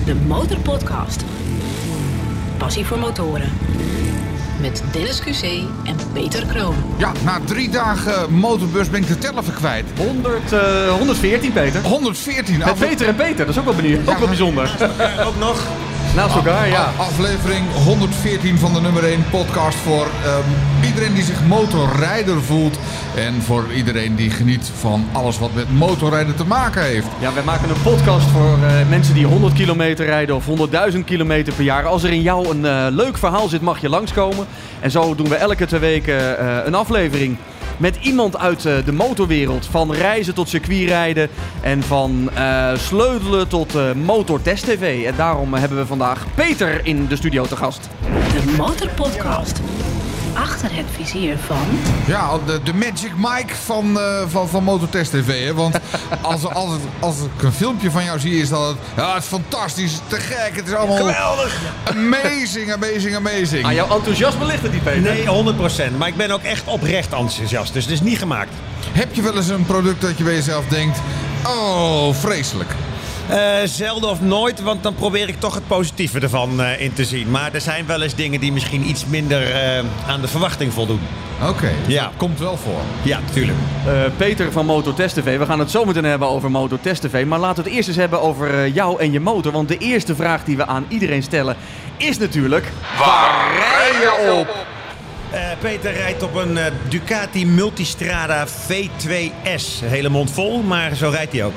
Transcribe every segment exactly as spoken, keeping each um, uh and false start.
de Motorpodcast. Passie voor motoren. Met Dennis Q C en Peter Kroon. Ja, na drie dagen motorbeurs ben ik de teller even kwijt. honderd, uh, honderdveertien, Peter. honderdveertien. Met Peter en Peter, dat is ook wel benieuwd. Ja, ook wel bijzonder. Ook nog. Naast elkaar, ja. Aflevering honderdveertien van de nummer één podcast voor um, iedereen die zich motorrijder voelt. En voor iedereen die geniet van alles wat met motorrijden te maken heeft. Ja, wij maken een podcast voor uh, mensen die honderd kilometer rijden of honderdduizend kilometer per jaar. Als er in jou een uh, leuk verhaal zit, mag je langskomen. En zo doen we elke twee weken uh, een aflevering met iemand uit uh, de motorwereld. Van reizen tot circuitrijden en van uh, sleutelen tot uh, motortest-tv. En daarom hebben we vandaag Peter in de studio te gast. De Motorpodcast. Achter het vizier van... Ja, de, de Magic Mike van, uh, van, van Motortest T V. Hè? Want als, als, het, als ik een filmpje van jou zie, is dat het... Ja, het is fantastisch, te gek, het is allemaal... Geweldig! Amazing, amazing, amazing. Aan jouw enthousiasme ligt het niet, Peter? Nee, honderd procent. Maar ik ben ook echt oprecht enthousiast, dus het is niet gemaakt. Heb je wel eens een product dat je bij jezelf denkt... Oh, vreselijk. Uh, zelden of nooit, want dan probeer ik toch het positieve ervan uh, in te zien. Maar er zijn wel eens dingen die misschien iets minder uh, aan de verwachting voldoen. Oké, okay, dus ja. Dat komt wel voor. Ja, natuurlijk. Uh, Peter van Motortest T V, we gaan het zo meteen hebben over Motortest T V. Maar laten we het eerst eens hebben over uh, jou en je motor. Want de eerste vraag die we aan iedereen stellen is natuurlijk... Waar rij je op? Uh, Peter rijdt op een uh, Ducati Multistrada V twee S. Hele mond vol, maar zo rijdt hij ook.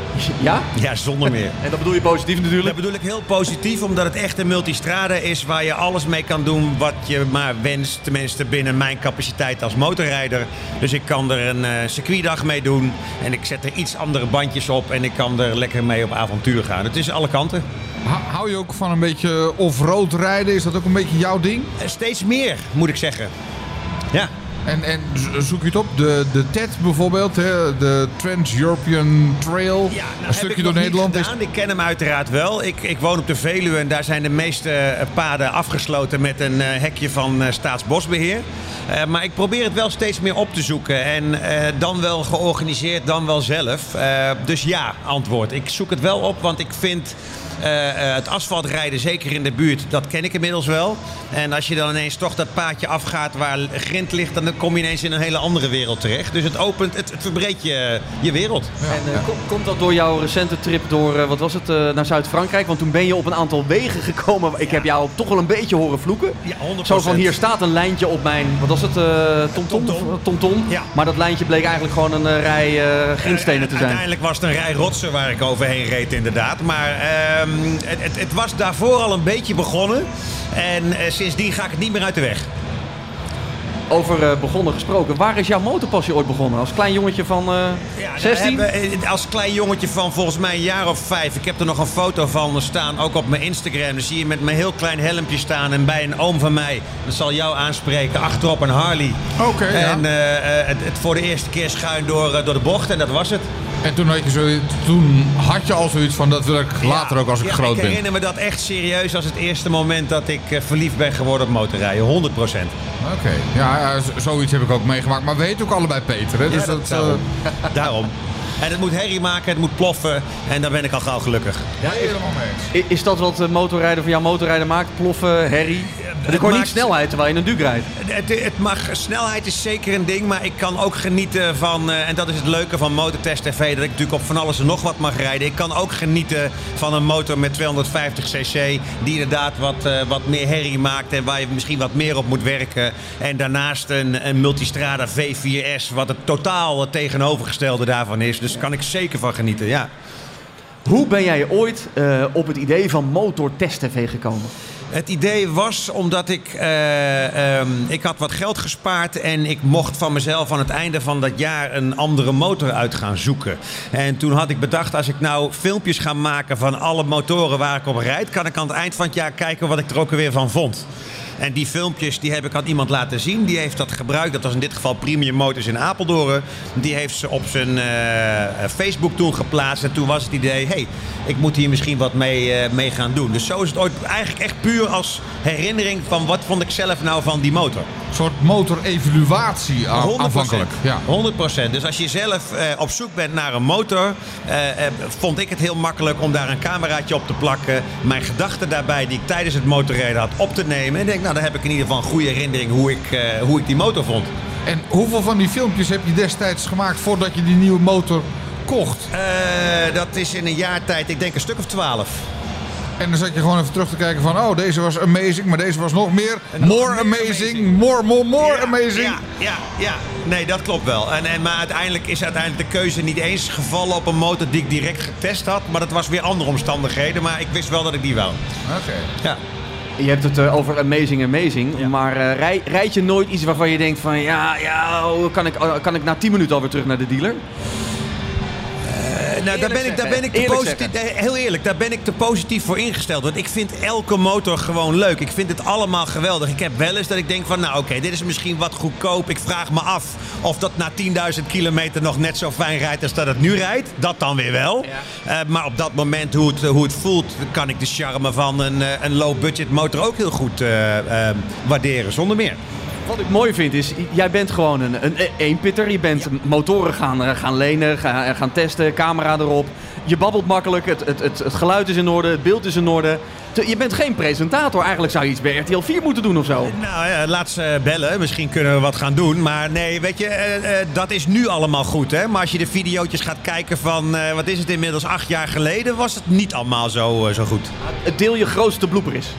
Ja? Ja, zonder meer. En dat bedoel je positief natuurlijk? Dat bedoel ik heel positief, omdat het echt een multistrada is waar je alles mee kan doen wat je maar wenst. Tenminste binnen mijn capaciteit als motorrijder. Dus ik kan er een uh, circuitdag mee doen en ik zet er iets andere bandjes op en ik kan er lekker mee op avontuur gaan. Het is alle kanten. Hou je ook van een beetje off-road rijden? Is dat ook een beetje jouw ding? Uh, steeds meer, moet ik zeggen. Ja. En, en zoek je het op? De, de T E D bijvoorbeeld, hè? De Trans-European Trail, ja, nou, een stukje door Nederland. Is... Ik ken hem uiteraard wel. Ik, ik woon op de Veluwe en daar zijn de meeste paden afgesloten met een uh, hekje van uh, Staatsbosbeheer. Uh, maar ik probeer het wel steeds meer op te zoeken. En uh, dan wel georganiseerd, dan wel zelf. Uh, dus ja, antwoord. Ik zoek het wel op, want ik vind... Uh, uh, het asfaltrijden, zeker in de buurt, dat ken ik inmiddels wel. En als je dan ineens toch dat paadje afgaat waar grind ligt, dan kom je ineens in een hele andere wereld terecht. Dus het opent, het, het verbreedt je, je wereld. Ja, en uh, ja. kom, komt dat door jouw recente trip door, uh, wat was het, uh, naar Zuid-Frankrijk? Want toen ben je op een aantal wegen gekomen. Ik ja. heb jou toch wel een beetje horen vloeken. Ja, honderd procent. Zo van, hier staat een lijntje op mijn, wat was het, uh, TomTom? Tom, Tom, Tom. Ja. Maar dat lijntje bleek eigenlijk gewoon een uh, rij uh, grindstenen te zijn. Uiteindelijk was het een rij rotsen waar ik overheen reed inderdaad. Maar... Uh, Het, het, het was daarvoor al een beetje begonnen. En uh, sindsdien ga ik het niet meer uit de weg. Over uh, begonnen gesproken. Waar is jouw motorpassie ooit begonnen? Als klein jongetje van uh, ja, zestien? Hebben, als klein jongetje van volgens mij een jaar of vijf. Ik heb er nog een foto van staan, ook op mijn Instagram. Dan zie je met mijn heel klein helmpje staan. En bij een oom van mij, dat zal jou aanspreken, achterop een Harley. Oké, okay, En ja. uh, het, het voor de eerste keer schuin door, uh, door de bocht. En dat was het. En toen had je, zo, toen had je al zoiets van, dat wil ik later ja, ook als ik ja, groot ben. Ik herinner me dat echt serieus als het eerste moment dat ik uh, verliefd ben geworden op motorrijden. honderd procent. Oké, okay. ja, ja, zoiets heb ik ook meegemaakt. Maar we heten ook allebei Peter, hè? Dus ja, dat, dat, daarom. Uh... daarom. En het moet herrie maken, het moet ploffen. En dan ben ik al gauw gelukkig. Ja, helemaal mee eens. Is dat wat motorrijden van jouw motorrijden maakt? Ploffen, herrie? Het ik hoor maakt... niet snelheid terwijl je een Duke rijdt. Het, het mag, snelheid is zeker een ding, maar ik kan ook genieten van... Uh, en dat is het leuke van Motortest T V, dat ik natuurlijk op van alles en nog wat mag rijden. Ik kan ook genieten van een motor met tweehonderdvijftig cc... die inderdaad wat, uh, wat meer herrie maakt en waar je misschien wat meer op moet werken. En daarnaast een, een Multistrada V vier S, wat het totaal tegenovergestelde daarvan is. Dus daar kan ik zeker van genieten, ja. Hoe ben jij ooit uh, op het idee van Motortest T V gekomen? Het idee was omdat ik, uh, um, ik had wat geld gespaard en ik mocht van mezelf aan het einde van dat jaar een andere motor uit gaan zoeken. En toen had ik bedacht, als ik nou filmpjes ga maken van alle motoren waar ik op rijd, kan ik aan het eind van het jaar kijken wat ik er ook weer van vond. En die filmpjes die heb ik aan iemand laten zien. Die heeft dat gebruikt. Dat was in dit geval Premium Motors in Apeldoorn. Die heeft ze op zijn uh, Facebook toen geplaatst. En toen was het idee, hey, ik moet hier misschien wat mee, uh, mee gaan doen. Dus zo is het ooit eigenlijk echt puur als herinnering van wat vond ik zelf nou van die motor. Een soort motorevaluatie aan, aanvankelijk. Ja. honderd procent. Dus als je zelf uh, op zoek bent naar een motor, uh, uh, vond ik het heel makkelijk om daar een cameraatje op te plakken. Mijn gedachten daarbij die ik tijdens het motorrijden had op te nemen. En ik denk, nou dan heb ik in ieder geval een goede herinnering hoe ik, uh, hoe ik die motor vond. En hoeveel van die filmpjes heb je destijds gemaakt voordat je die nieuwe motor kocht? Uh, dat is in een jaar tijd, ik denk een stuk of twaalf. En dan zat je gewoon even terug te kijken van, oh, deze was amazing, maar deze was nog meer. Nog more meer amazing, amazing. more, more, more ja, amazing. Ja, ja, ja. Nee, dat klopt wel. En, en, maar uiteindelijk is uiteindelijk de keuze niet eens gevallen op een motor die ik direct getest had. Maar dat was weer andere omstandigheden. Maar ik wist wel dat ik die wou. Oké. Okay. Ja. Je hebt het uh, over amazing, amazing. Ja. Maar uh, rij, rijd je nooit iets waarvan je denkt van, ja, ja kan, ik, kan ik na tien minuten alweer terug naar de dealer? Nou, daar ben ik, daar ben ik te positief, heel eerlijk, daar ben ik te positief voor ingesteld. Want ik vind elke motor gewoon leuk. Ik vind het allemaal geweldig. Ik heb wel eens dat ik denk van, nou oké, okay, dit is misschien wat goedkoop. Ik vraag me af of dat na tienduizend kilometer nog net zo fijn rijdt als dat het nu rijdt. Dat dan weer wel. Ja. Uh, maar op dat moment, hoe het, hoe het voelt, kan ik de charme van een, een low-budget motor ook heel goed uh, uh, waarderen, zonder meer. Wat ik mooi vind is, jij bent gewoon een, een eenpitter. Je bent ja. motoren gaan, gaan lenen, gaan, gaan testen, camera erop. Je babbelt makkelijk, het, het, het, het geluid is in orde, het beeld is in orde. Je bent geen presentator. Eigenlijk zou je iets bij R T L vier moeten doen of zo. Nou ja, laat ze bellen. Misschien kunnen we wat gaan doen. Maar nee, weet je, uh, uh, dat is nu allemaal goed. Hè? Maar als je de videootjes gaat kijken van, uh, wat is het inmiddels, acht jaar geleden, was het niet allemaal zo, uh, zo goed. Het deel je grootste blooper is.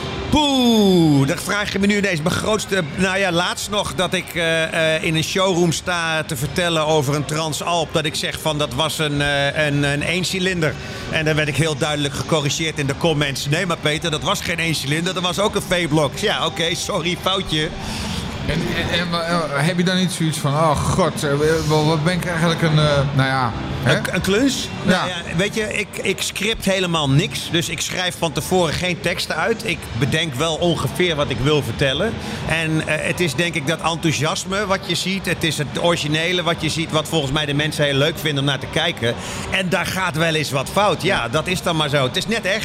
Poeh, dat vraag je me nu ineens. Mijn grootste, nou ja, laatst nog dat ik uh, uh, in een showroom sta te vertellen over een Transalp. Dat ik zeg van dat was een, uh, een, een eencilinder. En dan werd ik heel duidelijk gecorrigeerd in de comments. Nee maar Peter, dat was geen eencilinder, dat was ook een V-blok. Ja, oké, okay, sorry, foutje. En, en, en uh, heb je dan niet zoiets van, oh god, uh, wat ben ik eigenlijk een, uh, nou ja... Hè? Een, een klus? Ja. Nou ja, weet je, ik, ik script helemaal niks. Dus ik schrijf van tevoren geen teksten uit. Ik bedenk wel ongeveer wat ik wil vertellen. En uh, het is denk ik dat enthousiasme wat je ziet. Het is het originele wat je ziet, wat volgens mij de mensen heel leuk vinden om naar te kijken. En daar gaat wel eens wat fout. Ja, dat is dan maar zo. Het is net echt.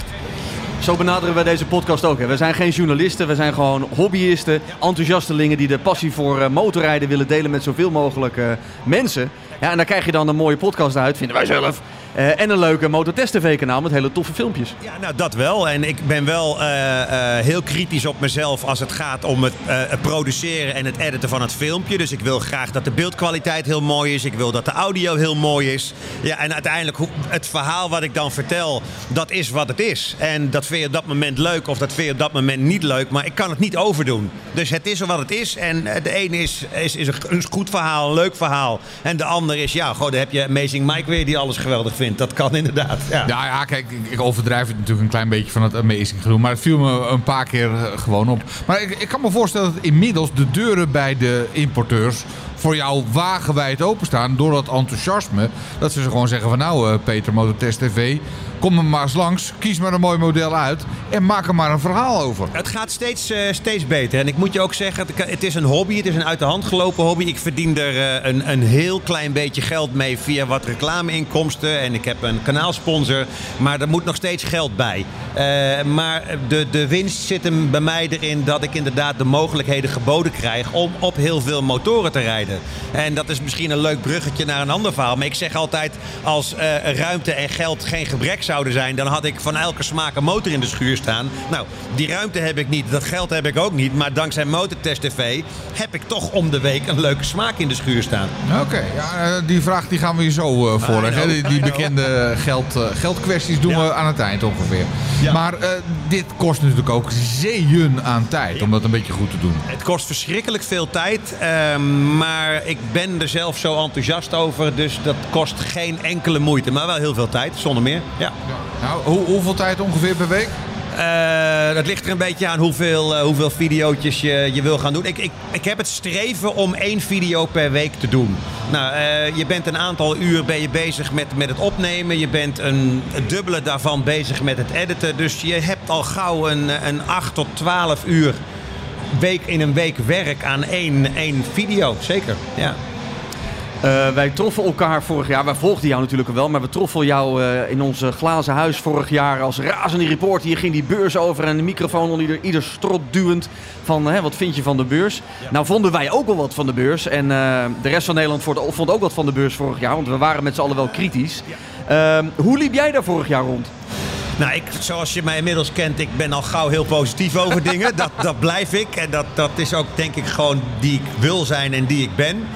Zo benaderen we deze podcast ook. Hè. We zijn geen journalisten, we zijn gewoon hobbyisten, enthousiastelingen die de passie voor uh, motorrijden willen delen met zoveel mogelijk uh, mensen. Ja, en daar krijg je dan een mooie podcast uit, vinden wij zelf. Uh, en een leuke Motortest T V-kanaal met hele toffe filmpjes. Ja, nou dat wel. En ik ben wel uh, uh, heel kritisch op mezelf als het gaat om het, uh, het produceren en het editen van het filmpje. Dus ik wil graag dat de beeldkwaliteit heel mooi is. Ik wil dat de audio heel mooi is. Ja, en uiteindelijk het verhaal wat ik dan vertel, dat is wat het is. En dat vind je op dat moment leuk of dat vind je op dat moment niet leuk. Maar ik kan het niet overdoen. Dus het is wat het is. En de ene is, is, is een goed verhaal, een leuk verhaal. En de ander is, ja, goh, dan heb je Amazing Mike weer die alles geweldig vindt. Dat kan inderdaad. Ja, ja, ja kijk, ik overdrijf het natuurlijk een klein beetje van het amazing gedoe. Maar het viel me een paar keer gewoon op. Maar ik, ik kan me voorstellen dat inmiddels de deuren bij de importeurs voor jou wagenwijd openstaan door dat enthousiasme. Dat ze gewoon zeggen van nou uh, Peter, Motortest T V, kom er maar eens langs, kies maar een mooi model uit en maak er maar een verhaal over. Het gaat steeds, uh, steeds beter. En ik moet je ook zeggen, het is een hobby, het is een uit de hand gelopen hobby. Ik verdien er uh, een, een heel klein beetje geld mee via wat reclameinkomsten. En ik heb een kanaalsponsor, maar er moet nog steeds geld bij. Uh, maar de, de winst zit hem bij mij erin dat ik inderdaad de mogelijkheden geboden krijg om op heel veel motoren te rijden. En dat is misschien een leuk bruggetje naar een ander verhaal. Maar ik zeg altijd, als uh, ruimte en geld geen gebrek zouden zijn, dan had ik van elke smaak een motor in de schuur staan. Nou, die ruimte heb ik niet, dat geld heb ik ook niet. Maar dankzij Motortest T V heb ik toch om de week een leuke smaak in de schuur staan. Oké, okay, ja, die vraag die gaan we je zo uh, voorleggen. Die, die bekende geld, uh, geldkwesties doen ja. we aan het eind ongeveer. Ja. Maar uh, dit kost natuurlijk ook zeeën aan tijd om dat een beetje goed te doen. Het kost verschrikkelijk veel tijd, uh, maar ik ben er zelf zo enthousiast over. Dus dat kost geen enkele moeite, maar wel heel veel tijd, zonder meer. Ja. Ja. Nou, hoe, hoeveel tijd ongeveer per week? Uh, dat ligt er een beetje aan hoeveel, uh, hoeveel videootjes je, je wil gaan doen. Ik, ik, ik heb het streven om één video per week te doen. Nou, uh, je bent een aantal uur ben je bezig met, met het opnemen. Je bent een, een dubbele daarvan bezig met het editen. Dus je hebt al gauw een, een acht tot twaalf uur week in een week werk aan één, één video. Zeker, ja. Uh, wij troffen elkaar vorig jaar, wij volgden jou natuurlijk wel, maar we troffen jou uh, in ons glazen huis vorig jaar als razende reporter. Hier ging die beurs over en de microfoon onder ieder, ieder strot duwend van uh, wat vind je van de beurs. Ja. Nou vonden wij ook wel wat van de beurs en uh, de rest van Nederland vond ook wat van de beurs vorig jaar, want we waren met z'n allen wel kritisch. Ja. Uh, hoe liep jij daar vorig jaar rond? Nou, ik, zoals je mij inmiddels kent, ik ben al gauw heel positief over dingen. Dat, dat blijf ik. En dat, dat is ook denk ik gewoon die ik wil zijn en die ik ben.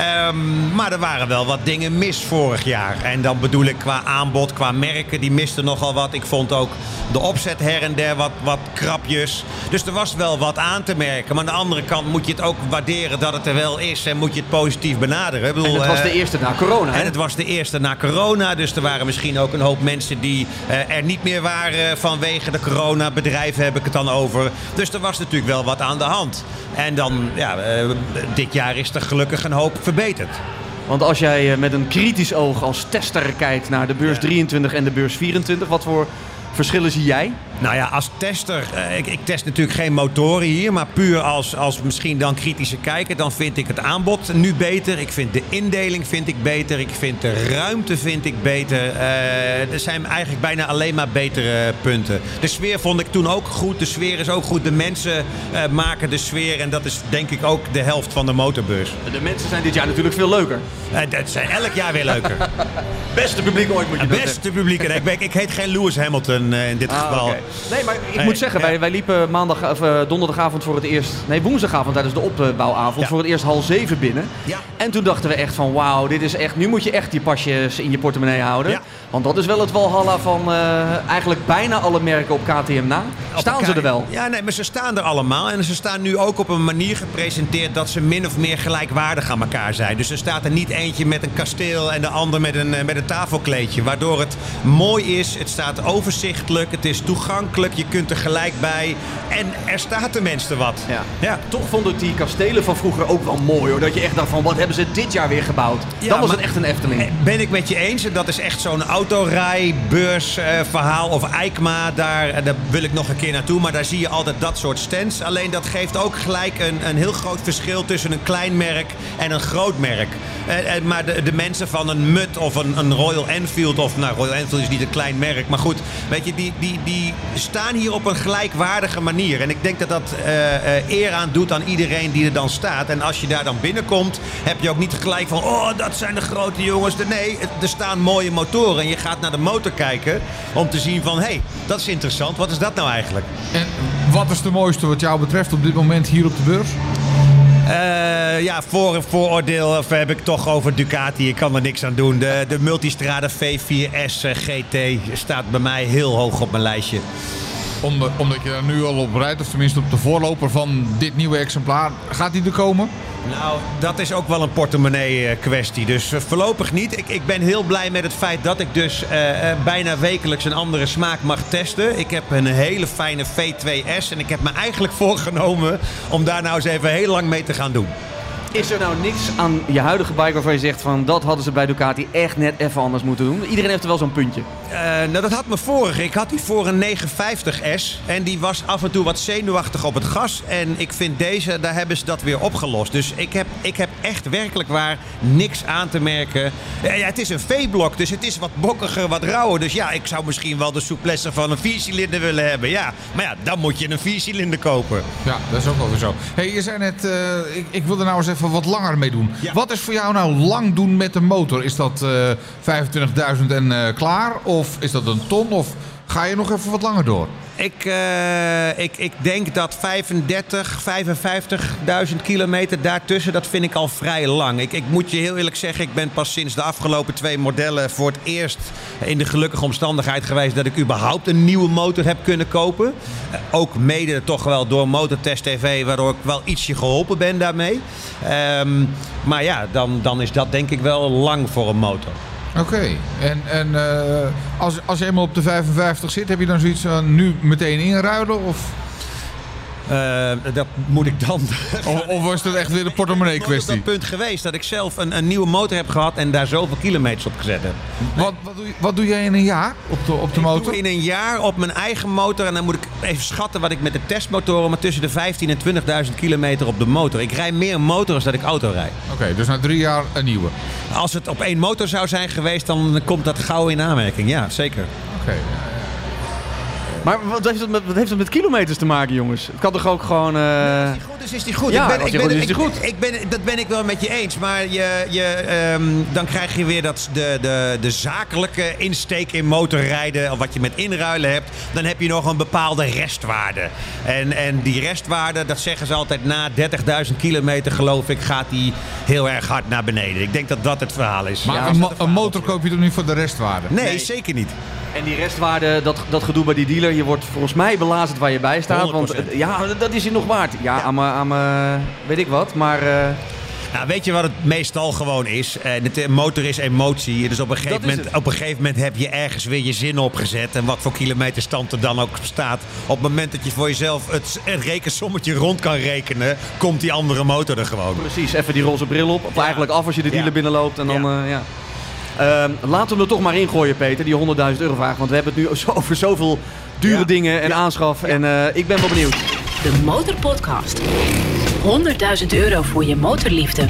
Um, maar er waren wel wat dingen mis vorig jaar. En dan bedoel ik qua aanbod, qua merken, die misten nogal wat. Ik vond ook de opzet her en der wat, wat krapjes. Dus er was wel wat aan te merken. Maar aan de andere kant moet je het ook waarderen dat het er wel is. En moet je het positief benaderen. Ik bedoel, en het was de eerste na corona. Hè? En het was de eerste na corona. Dus er waren misschien ook een hoop mensen die uh, er niet meer waren vanwege de corona. Bedrijven heb ik het dan over. Dus er was natuurlijk wel wat aan de hand. En dan, ja, uh, dit jaar is er gelukkig een hoop verbeterd. Want als jij met een kritisch oog als tester kijkt naar de beurs ja. drieëntwintig en de beurs vierentwintig, wat voor verschillen zie jij? Nou ja, als tester, uh, ik, ik test natuurlijk geen motoren hier, maar puur als, als misschien dan kritische kijker, dan vind ik het aanbod nu beter. Ik vind de indeling vind ik beter. Ik vind de ruimte vind ik beter. Uh, er zijn eigenlijk bijna alleen maar betere punten. De sfeer vond ik toen ook goed. De sfeer is ook goed. De mensen uh, maken de sfeer en dat is denk ik ook de helft van de motorbeurs. De mensen zijn dit jaar natuurlijk veel leuker. Uh, dat zijn elk jaar weer leuker. Beste publiek ooit moet je uh, Beste publiek. En ik, ik heet geen Lewis Hamilton uh, in dit ah, geval. Okay. Nee, maar ik hey, moet zeggen, ja. wij, wij liepen maandag, of, uh, donderdagavond voor het eerst... Nee, woensdagavond tijdens de opbouwavond ja. voor het eerst half zeven binnen. Ja. En toen dachten we echt van, wauw, dit is echt... Nu moet je echt die pasjes in je portemonnee houden. Ja. Want dat is wel het walhalla van uh, eigenlijk bijna alle merken op K T M na. Staan op ze er wel? Ja, nee, maar ze staan er allemaal. En ze staan nu ook op een manier gepresenteerd dat ze min of meer gelijkwaardig aan elkaar zijn. Dus er staat er niet eentje met een kasteel en de ander met een, met een tafelkleedje. Waardoor het mooi is, het staat overzichtelijk, het is toegankelijk, je kunt er gelijk bij. En er staat tenminste wat. Ja. Ja. Toch vond ik die kastelen van vroeger ook wel mooi hoor. Dat je echt dacht van, wat hebben ze dit jaar weer gebouwd? Ja, dan was het echt een Efteling. Ben ik met je eens. Dat is echt zo'n autorijbeursverhaal. Uh, of EICMA, daar, daar wil ik nog een keer naartoe. Maar daar zie je altijd dat soort stands. Alleen dat geeft ook gelijk een, een heel groot verschil tussen een klein merk en een groot merk. Uh, uh, maar de, de mensen van een M U T of een, een Royal Enfield, of nou, Royal Enfield is niet een klein merk, maar goed, weet je, die, die, die staan hier op een gelijkwaardige manier. En ik denk dat dat uh, uh, eer aan doet aan iedereen die er dan staat. En als je daar dan binnenkomt, heb je ook niet gelijk van, oh, dat zijn de grote jongens. Nee, er staan mooie motoren. En je gaat naar de motor kijken om te zien van, hé, hey, dat is interessant. Wat is dat nou eigenlijk? En wat is de mooiste wat jou betreft op dit moment hier op de beurs? Uh, ja, voor een vooroordeel of heb ik toch over Ducati. Ik kan er niks aan doen. De, de Multistrada V vier S G T staat bij mij heel hoog op mijn lijstje. Omdat, omdat je daar nu al op rijdt, of tenminste op de voorloper van dit nieuwe exemplaar. Gaat die er komen? Nou, dat is ook wel een portemonnee kwestie. Dus uh, voorlopig niet. Ik, ik ben heel blij met het feit dat ik dus uh, uh, bijna wekelijks een andere smaak mag testen. Ik heb een hele fijne V twee S en ik heb me eigenlijk voorgenomen om daar nou eens even heel lang mee te gaan doen. Is er nou niks aan je huidige bike waarvan je zegt van dat hadden ze bij Ducati echt net even anders moeten doen? Iedereen heeft er wel zo'n puntje. Uh, nou, dat had me vorige. Ik had die voor een negenhonderdvijftig S en die was af en toe wat zenuwachtig op het gas. En ik vind deze, daar hebben ze dat weer opgelost. Dus ik heb, ik heb echt werkelijk waar niks aan te merken. Uh, ja, het is een V-blok, dus het is wat bokkiger, wat rauwer. Dus ja, ik zou misschien wel de souplesse van een viercilinder willen hebben. Ja, maar ja, dan moet je een viercilinder kopen. Ja, dat is ook wel weer zo. Hey, je zei net, uh, ik, ik wil er nou eens even wat langer mee doen. Ja. Wat is voor jou nou lang doen met de motor? Is dat uh, vijfentwintigduizend en uh, klaar? Of is dat een ton? Of ga je nog even wat langer door? Ik, uh, ik, ik denk dat vijfendertig, vijfenvijftigduizend kilometer daartussen, dat vind ik al vrij lang. Ik, ik moet je heel eerlijk zeggen, ik ben pas sinds de afgelopen twee modellen voor het eerst in de gelukkige omstandigheid geweest dat ik überhaupt een nieuwe motor heb kunnen kopen. Uh, ook mede toch wel door Motortest T V, waardoor ik wel ietsje geholpen ben daarmee. Um, maar ja, dan, dan is dat denk ik wel lang voor een motor. Oké, okay. en, en uh, als, als je eenmaal op de vijfenvijftig zit, heb je dan zoiets van nu meteen inruilen? Of? Uh, dat moet ik dan... of, of was dat echt weer een portemonnee kwestie? Ik ben op dat punt geweest dat ik zelf een, een nieuwe motor heb gehad en daar zoveel kilometers op gezet heb. Wat, wat, doe, je, wat doe jij in een jaar op de, op de motor? Ik doe in een jaar op mijn eigen motor en dan moet ik even schatten wat ik met de testmotoren, maar tussen de vijftien en twintigduizend kilometer op de motor. Ik rij meer motor dan dat ik auto rijd. Oké, okay, dus na drie jaar een nieuwe. Als het op één motor zou zijn geweest, dan komt dat gauw in aanmerking. Ja, zeker. Oké. Okay. Maar wat heeft, het met, wat heeft het met kilometers te maken, jongens? Het kan toch ook gewoon... Uh... Nee, is die goed, dus is die goed. Ja, ik ben, ik ben, goed, is ik, die goed. Ik ben, dat ben ik wel met je eens. Maar je, je, um, dan krijg je weer dat de, de, de zakelijke insteek in motorrijden, of wat je met inruilen hebt, dan heb je nog een bepaalde restwaarde. En, en die restwaarde, dat zeggen ze altijd, na dertigduizend kilometer geloof ik, gaat die heel erg hard naar beneden. Ik denk dat dat het verhaal is. Maar ja, een, mo- een motor koop je toch niet voor de restwaarde? Nee, nee. zeker niet. En die restwaarde, dat, dat gedoe bij die dealer, je wordt volgens mij belazerd waar je bij staat. honderd procent. Want ja, dat is je nog waard. Ja, ja. aan mijn, aan mijn, weet ik wat, maar... Uh... Nou, weet je wat het meestal gewoon is? Uh, de motor is emotie. Dus op een, gegeven moment, op een gegeven moment heb je ergens weer je zin opgezet. En wat voor kilometerstand er dan ook staat. Op het moment dat je voor jezelf het, het rekensommetje rond kan rekenen, komt die andere motor er gewoon. Precies, even die roze bril op. Of ja. eigenlijk af als je de dealer ja. binnenloopt. En dan, ja. Uh, ja. Uh, laten we hem er toch maar ingooien, Peter, die honderdduizend euro vraag. Want we hebben het nu zo over zoveel dure ja. dingen en ja. aanschaf. Ja. En uh, ik ben wel benieuwd. De Motorpodcast. honderdduizend euro voor je motorliefde.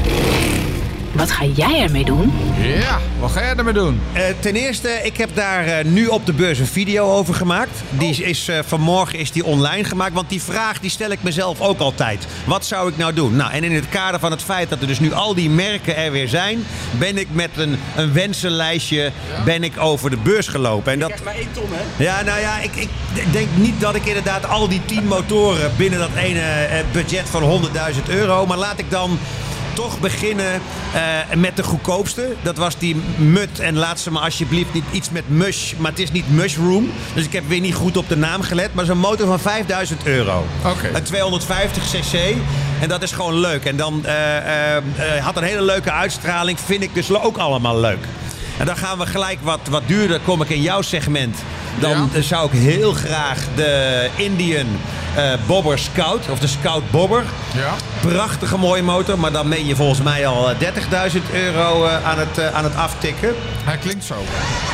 Wat ga jij ermee doen? Ja, wat ga jij ermee doen? Uh, ten eerste, ik heb daar uh, nu op de beurs een video over gemaakt. Die is, is uh, vanmorgen is die online gemaakt. Want die vraag die stel ik mezelf ook altijd. Wat zou ik nou doen? Nou, en in het kader van het feit dat er dus nu al die merken er weer zijn, ben ik met een, een wensenlijstje ja. ben ik over de beurs gelopen. En je dat... krijgt maar één ton, hè? Ja, nou ja, ik, ik denk niet dat ik inderdaad al die tien motoren binnen dat ene uh, budget van honderdduizend euro. Maar laat ik dan toch beginnen uh, met de goedkoopste. Dat was die Mut. En laat ze me alsjeblieft niet iets met mush. Maar het is niet mushroom. Dus ik heb weer niet goed op de naam gelet. Maar zo'n motor van vijfduizend euro. Okay. Een tweehonderdvijftig cc. En dat is gewoon leuk. En dan uh, uh, uh, had een hele leuke uitstraling. Vind ik dus ook allemaal leuk. En dan gaan we gelijk wat, wat duurder. Kom ik in jouw segment. Dan ja. zou ik heel graag de Indian uh, Bobber Scout. Of de Scout Bobber. Ja. Prachtige mooie motor. Maar dan ben je volgens mij al dertigduizend euro uh, aan, het, uh, aan het aftikken. Hij klinkt zo.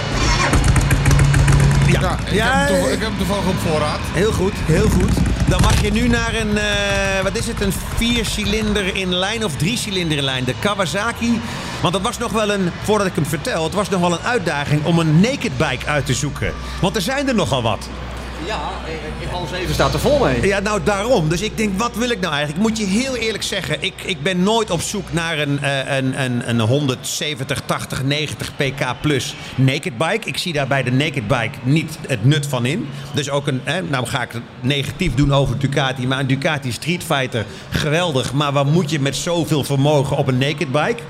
Ja, ja, ik, ja heb hem toevallig, ik heb hem toevallig op voorraad. Heel goed, heel goed. Dan mag je nu naar een, uh, wat is het, een viercilinder in lijn of drie cilinder in lijn. De Kawasaki. Want dat was nog wel een, voordat ik hem vertel, het was nog wel een uitdaging om een naked bike uit te zoeken. Want er zijn er nogal wat. Ja, alles even staat er vol mee. Ja, nou daarom. Dus ik denk, wat wil ik nou eigenlijk? Ik moet je heel eerlijk zeggen, ik, ik ben nooit op zoek naar een, uh, een, een, een honderdzeventig, tachtig, negentig pk plus naked bike. Ik zie daar bij de naked bike niet het nut van in. Dus ook een, hè, nou ga ik het negatief doen over Ducati, maar een Ducati Street Fighter, geweldig. Maar wat moet je met zoveel vermogen op een naked bike?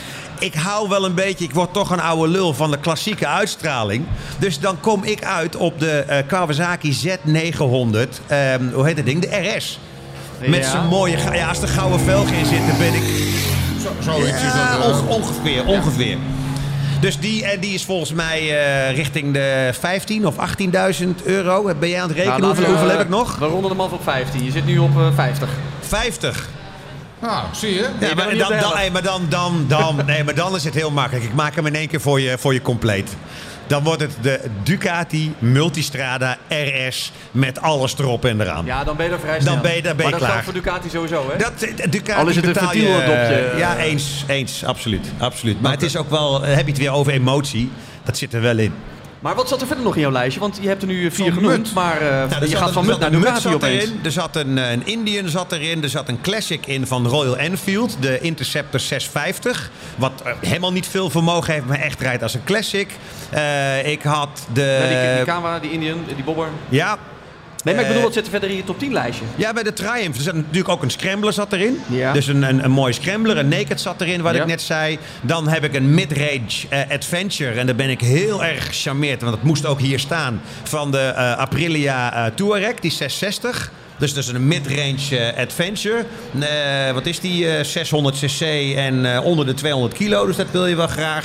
Ik hou wel een beetje, ik word toch een oude lul van de klassieke uitstraling. Dus dan kom ik uit op de uh, Kawasaki Z negenhonderd. Um, hoe heet dat ding? De R S. Met ja. zo'n mooie, ja, als er gouden velgen in zitten ben ik... Zo, zoiets ja, is dat. Uh... ongeveer, ongeveer. Ja. Dus die, en die is volgens mij uh, richting de vijftien of achttienduizend euro. Ben jij aan het rekenen? Nou, hoeveel, we, hoeveel heb ik nog? We ronden hem af op vijftien. Je zit nu op uh, vijftig. vijftig. Nou, zie je? Ja, maar, dan, dan, nee, maar, dan, dan, dan, nee, maar dan is het heel makkelijk. Ik maak hem in één keer voor je, voor je compleet. Dan wordt het de Ducati Multistrada R S met alles erop en eraan. Ja, dan ben je er vrij snel. Dan ben je, dan ben je maar klaar. dat geldt voor Ducati sowieso, hè? Dat, Ducati al is het een ventiel-dopje. Uh, ja, eens, eens, absoluut. absoluut. Maar okay. Het is ook wel, heb je het weer over emotie, dat zit er wel in. Maar wat zat er verder nog in jouw lijstje? Want je hebt er nu vier genoemd, Mut. maar uh, nou, je gaat een, van Mut naar Ducati opeens. Erin, er zat een, een Indian zat erin, er zat een Classic in van Royal Enfield, de Interceptor zeshonderdvijftig. Wat uh, helemaal niet veel vermogen heeft, maar echt rijdt als een Classic. Uh, ik had de... Ja, die, die Kawa, die Indian, die Bobber. Ja. Nee, maar ik bedoel, wat zit er verder in je top tien lijstje? Ja, bij de Triumph. Er zat natuurlijk ook een Scrambler zat erin. Ja. Dus een, een, een mooie Scrambler. Een Naked zat erin, wat ja. ik net zei. Dan heb ik een Midrange uh, Adventure. En daar ben ik heel erg gecharmeerd. Want dat moest ook hier staan. Van de uh, Aprilia uh, Touareg, die zeshonderdzestig. Dus dat is een midrange uh, adventure. Uh, wat is die? Uh, zeshonderd cc en uh, onder de tweehonderd kilo. Dus dat wil je wel graag.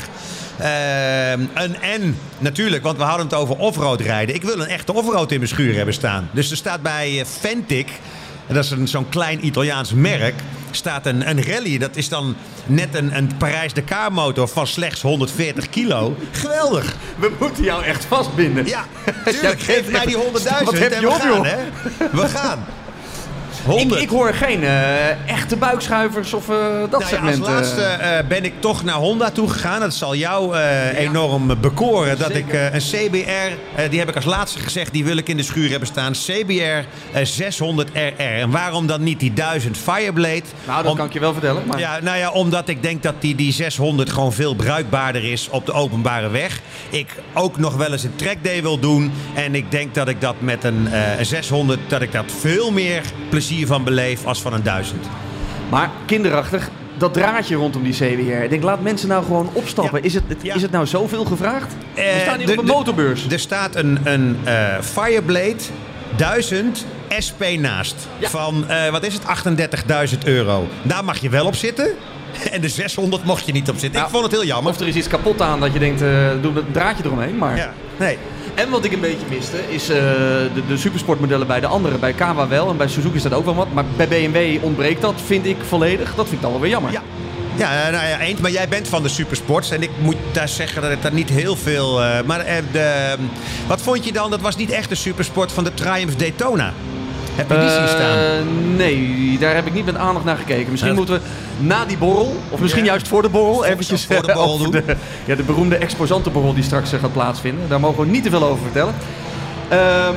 Uh, een en natuurlijk, want we hadden het over offroad rijden. Ik wil een echte offroad in mijn schuur hebben staan. Dus er staat bij uh, Fentic en dat is een, zo'n klein Italiaans merk, staat een, een rally. Dat is dan net een, een Parijs-Dakar motor van slechts honderdveertig kilo. Geweldig. We moeten jou echt vastbinden. Ja, tuurlijk. Geef mij die honderdduizend Wat heb en je we op, gaan, joh? hè. We gaan. Ik, ik hoor geen uh, echte buikschuivers of uh, dat nou ja, segment. als laatste uh, ben ik toch naar Honda toe gegaan. Dat zal jou uh, ja. enorm bekoren. Dat Zeker. ik uh, een C B R, uh, die heb ik als laatste gezegd, die wil ik in de schuur hebben staan. C B R uh, zeshonderd R R. En waarom dan niet die duizend Fireblade? Nou, dat Om, kan ik je wel vertellen. Maar... Ja, nou ja, omdat ik denk dat die, die zeshonderd gewoon veel bruikbaarder is op de openbare weg. Ik ook nog wel eens een trackday wil doen. En ik denk dat ik dat met een, uh, een zeshonderd, dat ik dat veel meer plezier van beleef als van een duizend. Maar kinderachtig, dat draadje rondom die C B R. Ik denk, laat mensen nou gewoon opstappen. Ja. Is, het, ja. is het nou zoveel gevraagd? Uh, We staan hier de, op een de, motorbeurs. Er staat een, een uh, Fireblade duizend S P naast. Ja. Van, uh, wat is het, achtendertigduizend euro. Daar mag je wel op zitten. En de zeshonderd mocht je niet op zitten. Nou, ik vond het heel jammer. Of er is iets kapot aan dat je denkt, uh, doe een draadje eromheen. Maar... Ja, nee. En wat ik een beetje miste, is uh, de, de supersportmodellen bij de anderen. Bij Kawa wel en bij Suzuki is dat ook wel wat. Maar bij B M W ontbreekt dat, vind ik, volledig. Dat vind ik dan wel weer jammer. Ja. Ja, nou ja, eens. Maar jij bent van de supersports. En ik moet daar zeggen dat ik daar niet heel veel... Uh, maar uh, de, wat vond je dan? Dat was niet echt de supersport van de Triumph Daytona. Heb je die uh, zien staan? Nee, daar heb ik niet met aandacht naar gekeken. Misschien uh, moeten we na die borrel, of misschien ja. juist voor de borrel, eventjes voor de borrel doen. De, ja, de beroemde exposantenborrel die straks uh, gaat plaatsvinden. Daar mogen we niet te veel over vertellen. Um,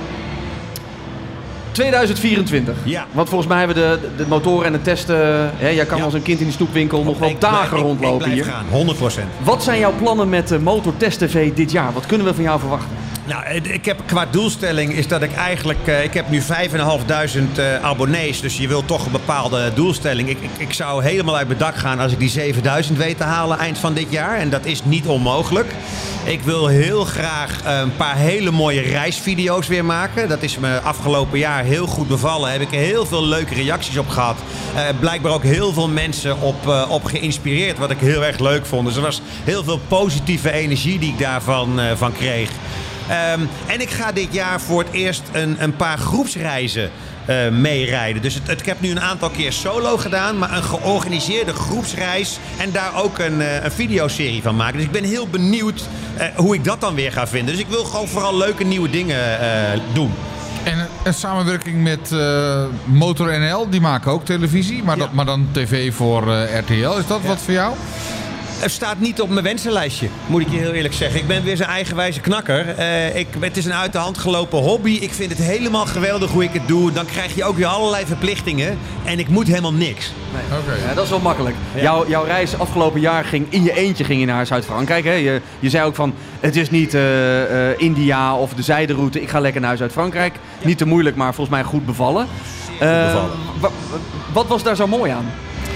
tweeduizend vierentwintig. Ja. Want volgens mij hebben we de, de motoren en de testen... Hè, jij kan ja. als een kind in die snoepwinkel nog wel ik dagen blijf, rondlopen ik, ik hier. Gaan, honderd procent. Wat zijn jouw plannen met uh, Motortest T V dit jaar? Wat kunnen we van jou verwachten? Nou, ik heb qua doelstelling is dat ik eigenlijk... Uh, ik heb nu vijfduizend vijfhonderd uh, abonnees, dus je wilt toch een bepaalde doelstelling. Ik, ik, ik zou helemaal uit mijn dak gaan als ik die zevenduizend weet te halen eind van dit jaar. En dat is niet onmogelijk. Ik wil heel graag uh, een paar hele mooie reisvideo's weer maken. Dat is me afgelopen jaar heel goed bevallen. Daar heb ik heel veel leuke reacties op gehad. Uh, blijkbaar ook heel veel mensen op, uh, op geïnspireerd, wat ik heel erg leuk vond. Dus er was heel veel positieve energie die ik daarvan uh, van kreeg. Um, en ik ga dit jaar voor het eerst een, een paar groepsreizen uh, meerijden. Dus het, het, ik heb nu een aantal keer solo gedaan, maar een georganiseerde groepsreis en daar ook een, uh, een videoserie van maken. Dus ik ben heel benieuwd uh, hoe ik dat dan weer ga vinden. Dus ik wil gewoon vooral leuke nieuwe dingen uh, doen. En een samenwerking met uh, Motor N L, die maken ook televisie, maar, ja. dat, maar dan tv voor uh, R T L. Is dat ja. wat voor jou? Het staat niet op mijn wensenlijstje, moet ik je heel eerlijk zeggen. Ik ben weer zo'n eigenwijze knakker. Uh, ik, het is een uit de hand gelopen hobby. Ik vind het helemaal geweldig hoe ik het doe. Dan krijg je ook weer allerlei verplichtingen. En ik moet helemaal niks. Nee. Okay. Ja, dat is wel makkelijk. Ja. Jouw, jouw reis afgelopen jaar ging in je eentje ging je naar Zuid-Frankrijk. Hè? Je, je zei ook van, het is niet uh, uh, India of de zijderoute. Ik ga lekker naar Zuid-Frankrijk. Ja. Niet te moeilijk, maar volgens mij goed bevallen. Goed bevallen. Uh, wa, wat was daar zo mooi aan?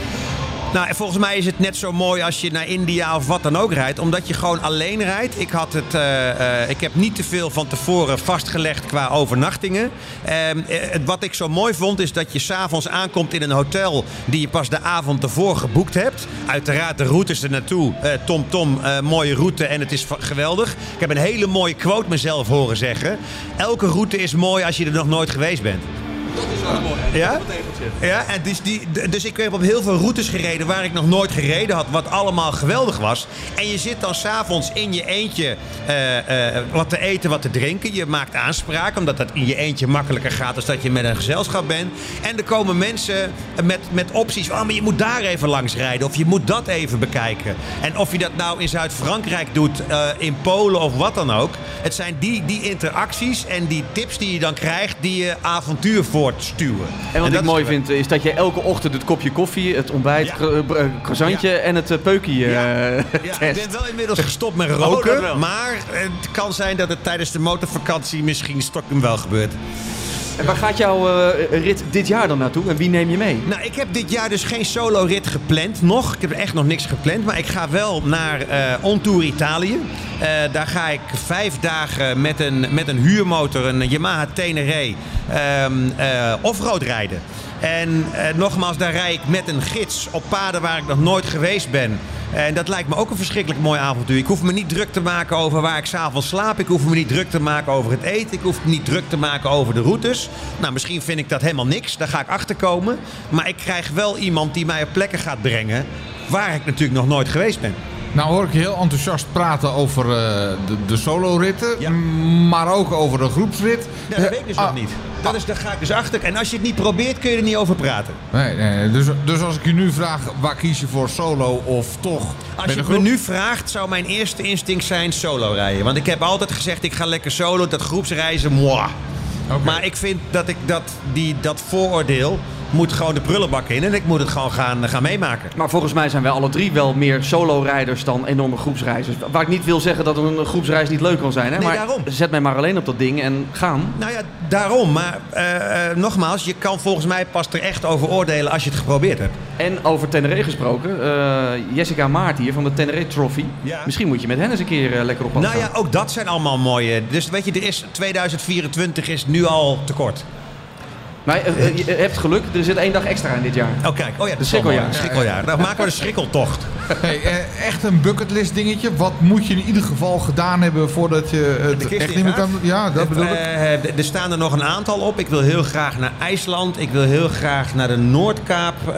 Nou, volgens mij is het net zo mooi als je naar India of wat dan ook rijdt. Omdat je gewoon alleen rijdt. Ik, had het, uh, uh, ik heb niet te veel van tevoren vastgelegd qua overnachtingen. Uh, uh, wat ik zo mooi vond is dat je 's avonds aankomt in een hotel die je pas de avond ervoor geboekt hebt. Uiteraard de routes er naartoe. Uh, tom tom, uh, mooie route en het is geweldig. Ik heb een hele mooie quote mezelf horen zeggen. Elke route is mooi als je er nog nooit geweest bent. Dat is wel mooi. Ja? Ja, en dus, die, dus ik heb op heel veel routes gereden waar ik nog nooit gereden had, wat allemaal geweldig was. En je zit dan 's avonds in je eentje uh, uh, wat te eten, wat te drinken. Je maakt aanspraak, omdat dat in je eentje makkelijker gaat dan dat je met een gezelschap bent. En er komen mensen met, met opties. Oh, maar je moet daar even langs rijden of je moet dat even bekijken. En of je dat nou in Zuid-Frankrijk doet, uh, in Polen of wat dan ook. Het zijn die, die interacties en die tips die je dan krijgt die je avontuur voortstuwen. En wat en ik mooi is vind is dat je elke ochtend het kopje koffie, het ontbijt, ja. cro- croissantje ja. en het uh, peukie uh, ja. ja, ik ben wel inmiddels gestopt met roken, oh, maar het kan zijn dat het tijdens de motorvakantie misschien stiekem wel gebeurt. En waar gaat jouw uh, rit dit jaar dan naartoe en wie neem je mee? Nou, ik heb dit jaar dus geen solo-rit gepland nog. Ik heb echt nog niks gepland, maar ik ga wel naar uh, On Tour Italië. Uh, daar ga ik vijf dagen met een, met een huurmotor, een Yamaha Tenere, um, uh, offroad rijden. En uh, nogmaals, daar rijd ik met een gids op paden waar ik nog nooit geweest ben. En dat lijkt me ook een verschrikkelijk mooi avontuur. Ik hoef me niet druk te maken over waar ik 's avonds slaap. Ik hoef me niet druk te maken over het eten. Ik hoef me niet druk te maken over de routes. Nou, misschien vind ik dat helemaal niks. Daar ga ik achter komen. Maar ik krijg wel iemand die mij op plekken gaat brengen waar ik natuurlijk nog nooit geweest ben. Nou hoor ik je heel enthousiast praten over uh, de, de solo-ritten, Ja. m- maar ook over de groepsrit. Nee, dat weet ik dus Ah, nog niet. Dat is, daar ga ik dus achter. En als je het niet probeert, kun je er niet over praten. Nee, nee, dus, dus als ik je nu vraag, waar kies je voor, solo of toch? Als bij je de het me groep? nu vraagt, zou mijn eerste instinct zijn solo rijden. Want ik heb altijd gezegd, ik ga lekker solo. Dat groepsreizen, moi. Oké. Maar ik vind dat ik dat, die, dat vooroordeel moet gewoon de prullenbak in. En ik moet het gewoon gaan, gaan meemaken. Maar volgens mij zijn wij alle drie wel meer solo-rijders dan enorme groepsreizers. Waar ik niet wil zeggen dat een groepsreis niet leuk kan zijn. Hè? Nee, maar daarom. zet mij maar alleen op dat ding en gaan. Nou ja, daarom. Maar uh, uh, nogmaals, je kan volgens mij pas er echt over oordelen als je het geprobeerd hebt. En over Tenerife gesproken. Uh, Jessica Maart hier van de Tenerife Trophy. Ja. Misschien moet je met hen eens een keer uh, lekker op pad Nou gaan. ja, ook dat zijn allemaal mooie. Dus weet je, er is tweeduizend vierentwintig is nu al tekort. Maar uh, uh, je hebt geluk, er zit één dag extra in dit jaar. Oh kijk, oh ja, De schrikkeljaar. schrikkeljaar. Dan maken we de schrikkeltocht. Hey, eh, echt een bucketlist dingetje. Wat moet je in ieder geval gedaan hebben voordat je het De kist echt niet meer ingaat? kan... Ja, dat bedoel ik. Eh, er staan er nog een aantal op. Ik wil heel graag naar IJsland. Ik wil heel graag naar de Noordkaap. Uh,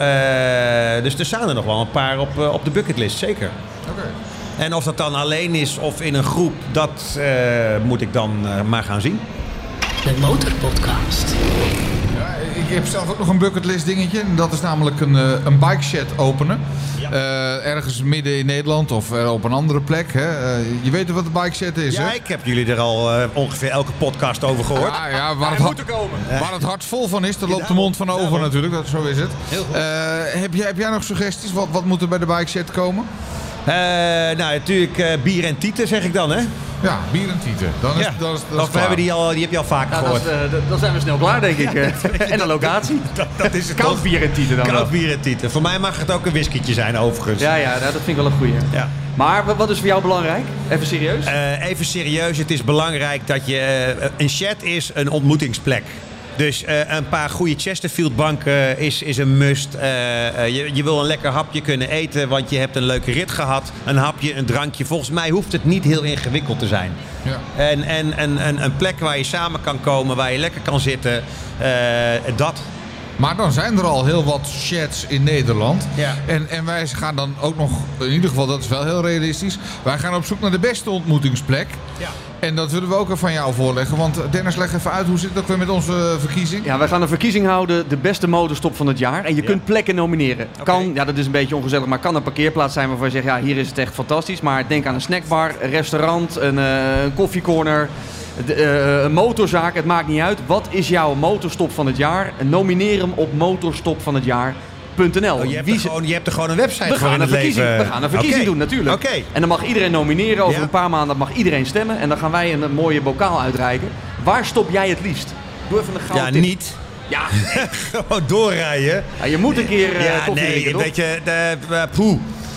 dus er staan er nog wel een paar op, uh, op de bucketlist, zeker. Oké. En of dat dan alleen is of in een groep, dat uh, moet ik dan uh, maar gaan zien. De Motorpodcast. Ja, ik heb zelf ook nog een bucketlist dingetje. En dat is namelijk een, uh, een bike shed openen. Ja. Uh, ergens midden in Nederland of uh, op een andere plek. Hè. Uh, je weet wat een bike shed is, Ja, hè? ik heb jullie er al uh, ongeveer elke podcast over gehoord. Ja, ja, waar, het Hij ha- moet er komen. waar het hart vol van is, daar loopt de daarom, mond van over daarom. natuurlijk. Dat, zo is het. Heel goed. Uh, heb, jij, heb jij nog suggesties? Wat, wat moet er bij de bike shed komen? Uh, nou, natuurlijk uh, bier en tieten, zeg ik dan, hè? Ja, bier en tieten. Dan is, Ja. dat is, dat is Of we klaar. hebben die, al, die heb je al vaker Nou, dat gehoord. is, uh, d- dan zijn we snel klaar, denk ik. Uh. En de locatie. Dat, dat is het Koud toch? bier en tieten dan Koud wel. bier en tieten. Voor mij mag het ook een whiskietje zijn, overigens. Ja, ja, nou, dat vind ik wel een goeie. Ja. Maar wa- wat is voor jou belangrijk? Even serieus? Uh, even serieus, het is belangrijk dat je... Uh, een shed is een ontmoetingsplek. Dus uh, een paar goede Chesterfield banken is, is een must. Uh, uh, je, je wil een lekker hapje kunnen eten, want je hebt een leuke rit gehad. Een hapje, een drankje. Volgens mij hoeft het niet heel ingewikkeld te zijn. Ja. En, en, en, en een plek waar je samen kan komen, waar je lekker kan zitten. Uh, dat. Maar dan zijn er al heel wat sheds in Nederland. Ja. En, en wij gaan dan ook nog, in ieder geval dat is wel heel realistisch, wij gaan op zoek naar de beste ontmoetingsplek. Ja. En dat willen we ook even van jou voorleggen. Want Dennis, leg even uit, hoe zit het ook weer met onze verkiezing? Ja, wij gaan een verkiezing houden, de beste motorstop van het jaar. En je Ja. kunt plekken nomineren. Oké. Kan, ja, dat is een beetje ongezellig, maar kan een parkeerplaats zijn waarvan je zegt, ja, hier is het echt fantastisch. Maar denk aan een snackbar, een restaurant, een, uh, een koffiecorner, de, uh, een motorzaak. Het maakt niet uit. Wat is jouw motorstop van het jaar? Nomineer hem op motorstop van het jaar. .nl. Oh, je, hebt Wie er ze- gewoon, je hebt er gewoon een website we voor gaan, in een het verkiezing, leven. we gaan een verkiezing Oké. doen, natuurlijk. Oké. En dan mag iedereen nomineren. Over Ja. een paar maanden mag iedereen stemmen. En dan gaan wij een, een mooie bokaal uitreiken. Waar stop jij het liefst? Doe even een gouden Ja, tip. niet. Ja, Gewoon doorrijden. ja, je moet een keer uh, Ja, koffie nee, drinken, toch? weet je, de, uh, poeh.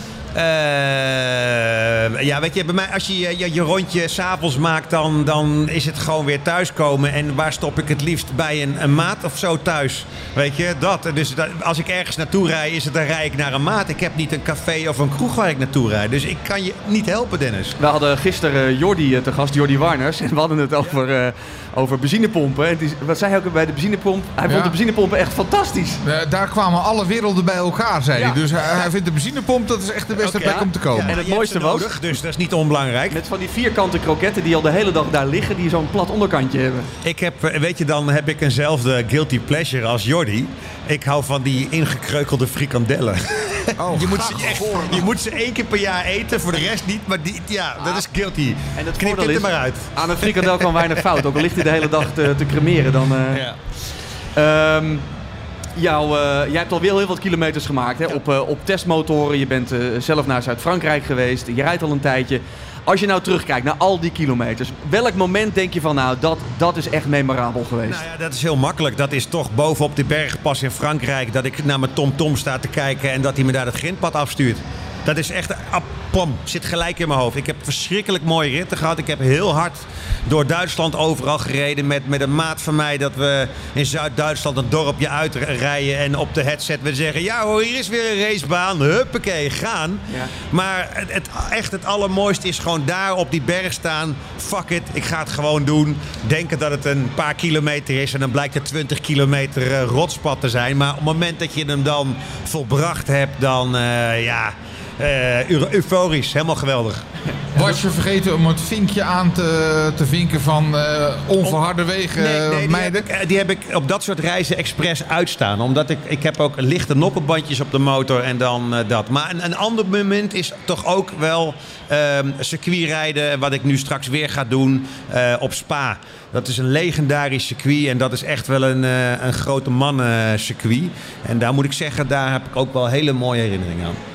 Uh, ja, weet je, bij mij, als je je, je, je rondje s'avonds maakt, dan, dan is het gewoon weer thuiskomen. En waar stop ik het liefst? Bij een, een maat of zo thuis. Weet je, dat. Dus dat, als ik ergens naartoe rijd, is het, dan rijd ik naar een maat. Ik heb niet een café of een kroeg waar ik naartoe rijd. Dus ik kan je niet helpen, Dennis. We hadden gisteren uh, Jordi uh, te gast, Jordi Warners. En we hadden het over, uh, over benzinepompen. En die, wat zei hij ook bij de benzinepomp? Hij Ja. vond de benzinepompen echt fantastisch. Uh, daar kwamen alle werelden bij elkaar, zei Ja. hij. Dus hij, hij vindt de benzinepomp, dat is echt de beste Oké. plek om te komen. En het je hebt mooiste ze was- nodig, dus dat is niet onbelangrijk. Met van die vierkante kroketten die al de hele dag daar liggen. Die zo'n plat onderkantje hebben. Ik heb, weet je, dan heb ik eenzelfde guilty pleasure als Jordi. Ik hou van die ingekreukelde frikandellen. Oh, je, moet gaaf. ze echt, je moet ze één keer per jaar eten, voor de rest niet. Maar die, ja, dat is guilty. En het Knip voordeel het er is, maar uit. aan een frikandel kan weinig fout. Ook al ligt hij de hele dag te, te cremeren. Dan, uh, Ja. Ehm, jou, uh, jij hebt al wel heel wat kilometers gemaakt hè? Ja. Op, uh, op testmotoren. Je bent uh, zelf naar Zuid-Frankrijk geweest. Je rijdt al een tijdje. Als je nou terugkijkt naar al die kilometers. Welk moment denk je van nou, dat, dat is echt memorabel geweest? Nou ja, dat is heel makkelijk. Dat is toch bovenop de bergpas in Frankrijk. Dat ik naar mijn TomTom sta te kijken en dat hij me daar het grindpad afstuurt. Dat is echt, ah, pom, zit gelijk in mijn hoofd. Ik heb verschrikkelijk mooie ritten gehad. Ik heb heel hard door Duitsland overal gereden met, met een maat van mij. Dat we in Zuid-Duitsland een dorpje uitrijden en op de headset we zeggen... ja hoor, hier is weer een racebaan. Huppakee, gaan. Ja. Maar het, het, echt het allermooiste is gewoon daar op die berg staan. Fuck it, ik ga het gewoon doen. Denken dat het een paar kilometer is en dan blijkt het twintig kilometer uh, rotspad te zijn. Maar op het moment dat je hem dan volbracht hebt, dan uh, ja... Uh, euforisch, helemaal geweldig. Was je vergeten om het vinkje aan te, te vinken van uh, onverharde wegen, nee, nee, die meiden? Heb ik, die heb ik op dat soort reizen expres uitstaan. Omdat ik, ik heb ook lichte noppenbandjes op de motor en dan uh, dat. Maar een, een ander moment is toch ook wel uh, circuitrijden, wat ik nu straks weer ga doen uh, op Spa. Dat is een legendarisch circuit en dat is echt wel een, uh, een grote mannen circuit. En daar moet ik zeggen, daar heb ik ook wel hele mooie herinneringen aan.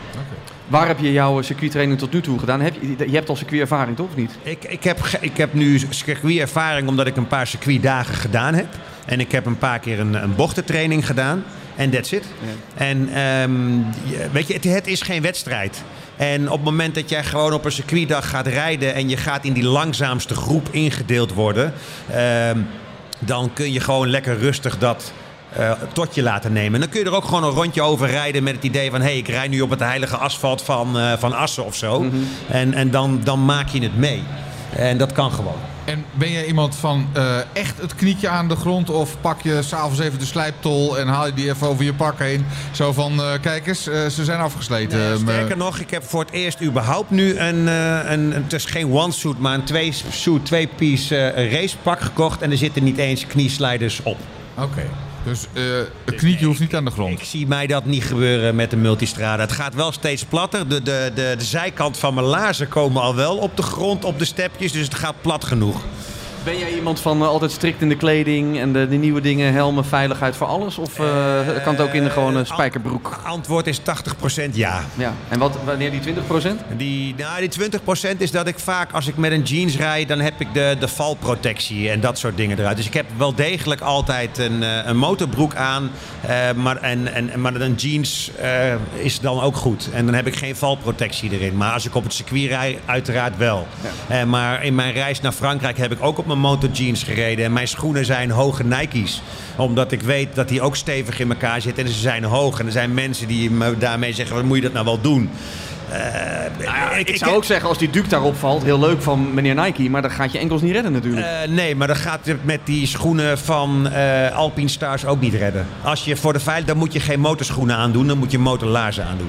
Waar heb je jouw circuittraining tot nu toe gedaan? Heb je, je hebt al circuitervaring, toch? Of niet? Ik, ik, heb, ik heb nu circuitervaring omdat ik een paar circuitdagen gedaan heb. En ik heb een paar keer een, een bochtentraining gedaan. En that's it. Ja. En um, weet je, het, het is geen wedstrijd. En op het moment dat jij gewoon op een circuitdag gaat rijden en je gaat in die langzaamste groep ingedeeld worden, um, dan kun je gewoon lekker rustig dat Uh, tot je laten nemen. En dan kun je er ook gewoon een rondje over rijden met het idee van... hé, hey, ik rijd nu op het heilige asfalt van, uh, van Assen of zo. Mm-hmm. En, en dan, dan maak je het mee. En dat kan gewoon. En ben jij iemand van uh, echt het knietje aan de grond... of pak je s'avonds even de slijptol en haal je die even over je pak heen? Zo van, uh, kijk eens, uh, ze zijn afgesleten. Nee, sterker nog, ik heb voor het eerst überhaupt nu een... Uh, een het is geen one-suit, maar een twee-suit, twee-piece uh, racepak gekocht... en er zitten niet eens kniesliders op. Oké. Okay. Dus uh, het knietje hoeft niet aan de grond. Ik, ik zie mij dat niet gebeuren met de multistrada. Het gaat wel steeds platter. De, de, de, de zijkant van mijn laarzen komen al wel op de grond, op de stepjes. Dus het gaat plat genoeg. Ben jij iemand van uh, altijd strikt in de kleding en de, de nieuwe dingen, helmen, veiligheid voor alles? Of uh, uh, kan het ook in de gewone spijkerbroek? Antwoord is tachtig procent ja. ja. En wat, wanneer die twintig procent? Die, nou, die twintig procent is dat ik vaak, als ik met een jeans rijd, dan heb ik de, de valprotectie en dat soort dingen eruit. Dus ik heb wel degelijk altijd een, een motorbroek aan, uh, maar, en, en, maar een jeans uh, is dan ook goed. En dan heb ik geen valprotectie erin. Maar als ik op het circuit rijd, uiteraard wel. Ja. Uh, maar in mijn reis naar Frankrijk heb ik ook op mijn motorjeans gereden. En mijn schoenen zijn hoge Nike's. Omdat ik weet dat die ook stevig in elkaar zitten. En ze zijn hoog. En er zijn mensen die me daarmee zeggen, wat moet je dat nou wel doen? Uh, nou ja, ik, ik zou ik, ook zeggen, als die Duke daarop valt, heel leuk van meneer Nike. Maar dan gaat je enkels niet redden natuurlijk. Uh, nee, maar dat gaat met die schoenen van uh, Alpine Stars ook niet redden. Als je voor de veilig, dan moet je geen motorschoenen aandoen. Dan moet je motorlaarzen aandoen.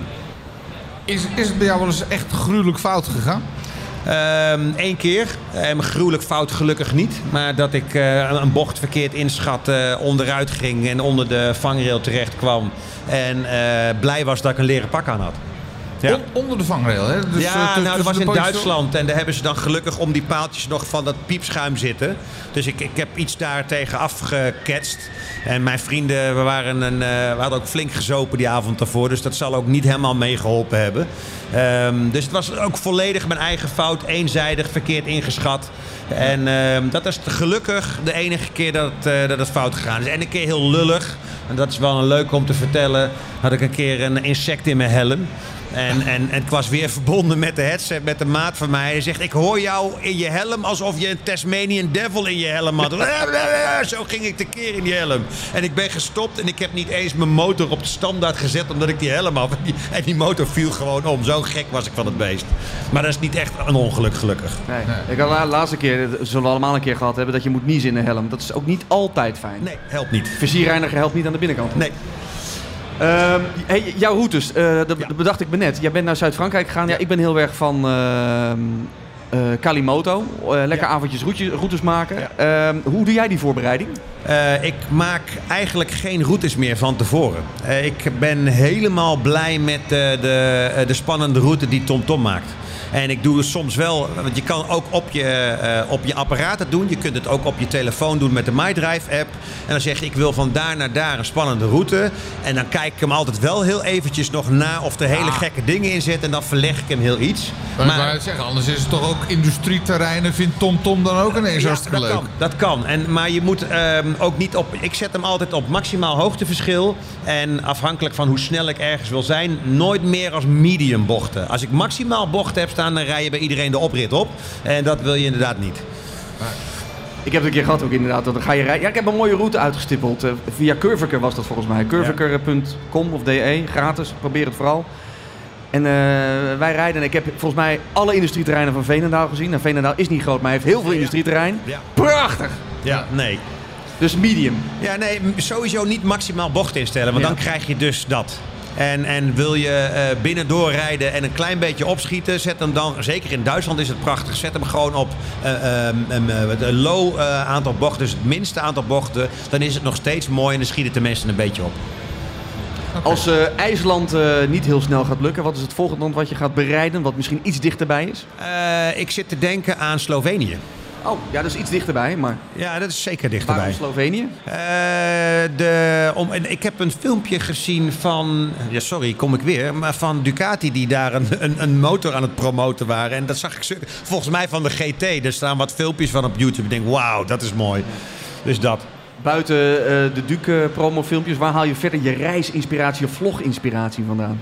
Is, is het bij jou wel eens echt gruwelijk fout gegaan? Eén um, keer. Um, gruwelijk fout gelukkig niet. Maar dat ik uh, een bocht verkeerd inschat, uh, onderuit ging en onder de vangrail terecht kwam. En uh, blij was dat ik een leren pak aan had. Ja. Onder de vangrail, hè? Dus, ja, uh, nou, dat was in Duitsland. En daar hebben ze dan gelukkig om die paaltjes nog van dat piepschuim zitten. Dus ik, ik heb iets daar tegen afgeketst. En mijn vrienden, we, waren een, uh, we hadden ook flink gezopen die avond daarvoor. Dus dat zal ook niet helemaal meegeholpen hebben. Um, dus het was ook volledig mijn eigen fout. Eenzijdig, verkeerd ingeschat. En um, dat is gelukkig de enige keer dat, uh, dat het fout gegaan is. En een keer heel lullig. En dat is wel een leuk om te vertellen. Had ik een keer een insect in mijn helm. En, en, en ik was weer verbonden met de headset, met de maat van mij. Hij zegt, ik hoor jou in je helm alsof je een Tasmanian Devil in je helm had. Zo ging ik tekeer in die helm. En ik ben gestopt en ik heb niet eens mijn motor op de standaard gezet omdat ik die helm had. En die, en die motor viel gewoon om. Zo gek was ik van het beest. Maar dat is niet echt een ongeluk, gelukkig. Nee. Nee. Ik had de laatste keer, dat zullen we allemaal een keer gehad hebben, dat je moet niezen in een helm. Dat is ook niet altijd fijn. Nee, helpt niet. Vizierreiniger helpt niet aan de binnenkant. Nee. Uh, hey, jouw routes, uh, dat ja. bedacht ik me net. Jij bent naar Zuid-Frankrijk gegaan. Ja. Ja, ik ben heel erg van uh, uh, Kalimoto. Uh, lekker ja. avondjes routes, routes maken. Ja. Uh, hoe doe jij die voorbereiding? Uh, ik maak eigenlijk geen routes meer van tevoren. Uh, ik ben helemaal blij met uh, de, uh, de spannende route die TomTom maakt. En ik doe soms wel, want je kan ook op je, uh, op je apparaten doen. Je kunt het ook op je telefoon doen met de MyDrive app. En dan zeg je, ik wil van daar naar daar een spannende route. En dan kijk ik hem altijd wel heel eventjes nog na of er hele Ja. gekke dingen in zitten. En dan verleg ik hem heel iets. Maar, Maar- maar het zeggen, anders is het toch ook industrieterreinen. Vindt TomTom dan ook ineens Ja, hartstikke dat leuk? kan, dat kan. En, maar je moet um, ook niet op... Ik zet hem altijd op maximaal hoogteverschil. En afhankelijk van hoe snel ik ergens wil zijn... nooit meer als medium bochten. Als ik maximaal bochten heb staan... dan rij je bij iedereen de oprit op. En dat wil je inderdaad niet. Ik heb het een keer gehad ook inderdaad. Dan ga je rijden. Ja, ik heb een mooie route uitgestippeld. Uh, via Curvaker was dat volgens mij. Curvaker punt com of de, gratis. Probeer het vooral. En uh, wij rijden. En ik heb volgens mij alle industrieterreinen van Veenendaal gezien. Nou, Veenendaal is niet groot, maar hij heeft heel veel industrieterrein. Ja. Prachtig! Ja, nee. Dus medium. Ja, nee, m- sowieso niet maximaal bocht instellen. Want Ja. dan krijg je dus dat. En, en wil je uh, binnen doorrijden en een klein beetje opschieten... zet hem dan, zeker in Duitsland is het prachtig... zet hem gewoon op uh, um, um, uh, een low uh, aantal bochten. Dus het minste aantal bochten. Dan is het nog steeds mooi en dan schiet het de mensen een beetje op. Okay. Als uh, IJsland uh, niet heel snel gaat lukken, wat is het volgende land wat je gaat bereiden? Wat misschien iets dichterbij is? Uh, ik zit te denken aan Slovenië. Oh, ja, dat is iets dichterbij, maar Ja, dat is zeker dichterbij. waarom Slovenië? Uh, de, om, en ik heb een filmpje gezien van... Ja, sorry, kom ik weer. Maar van Ducati die daar een, een, een motor aan het promoten waren. En dat zag ik zo- volgens mij van de G T. Er staan wat filmpjes van op YouTube. Ik denk, wauw, dat is mooi. Dus dat. Buiten uh, de Duke promofilmpjes, waar haal je verder je reisinspiratie of vloginspiratie vandaan?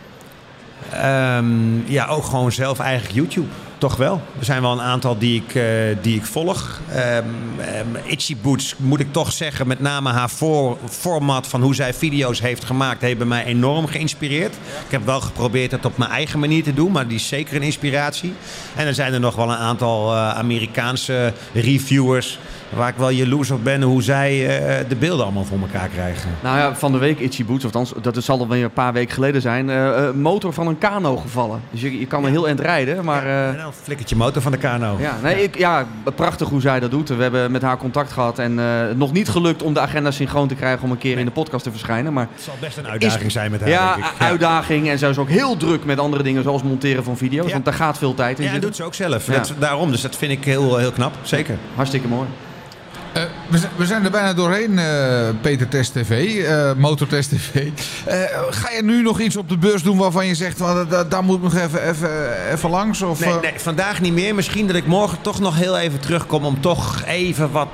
Um, ja, ook gewoon zelf eigenlijk YouTube. Toch wel. Er zijn wel een aantal die ik, uh, die ik volg. Um, um, Itchy Boots, moet ik toch zeggen, met name haar voor, format van hoe zij video's heeft gemaakt, heeft bij mij enorm geïnspireerd. Ik heb wel geprobeerd het op mijn eigen manier te doen, maar die is zeker een inspiratie. En er zijn er nog wel een aantal uh, Amerikaanse reviewers waar ik wel jaloers op ben hoe zij uh, de beelden allemaal voor elkaar krijgen. Nou ja, van de week Itchy Boots, of althans, dat zal alweer een paar weken geleden zijn, uh, uh, motor van een kano gevallen. Dus je, je kan er heel eind rijden, maar... Uh, En dan flikkert je motor van de kano. Ja, nee, ik, ja, prachtig hoe zij dat doet. We hebben met haar contact gehad en uh, nog niet gelukt om de agenda synchroon te krijgen om een keer in de podcast te verschijnen. Maar Het zal best een uitdaging is- zijn met haar, ja, denk ik. u- uitdaging. En zij is ook heel druk met andere dingen zoals monteren van video's, Ja. want daar gaat veel tijd in Ja, dat zitten. doet ze ook zelf. Ja. Dat, daarom, dus dat vind ik heel, heel knap. Zeker. Hartstikke mooi. Uh, we, zijn, we zijn er bijna doorheen, uh, Peter Test T V, uh, Motortest T V. Uh, ga je nu nog iets op de beurs doen waarvan je zegt, well, da, daar moet ik nog even, even, even langs? Of, Nee, uh, nee, vandaag niet meer. Misschien dat ik morgen toch nog heel even terugkom om toch even wat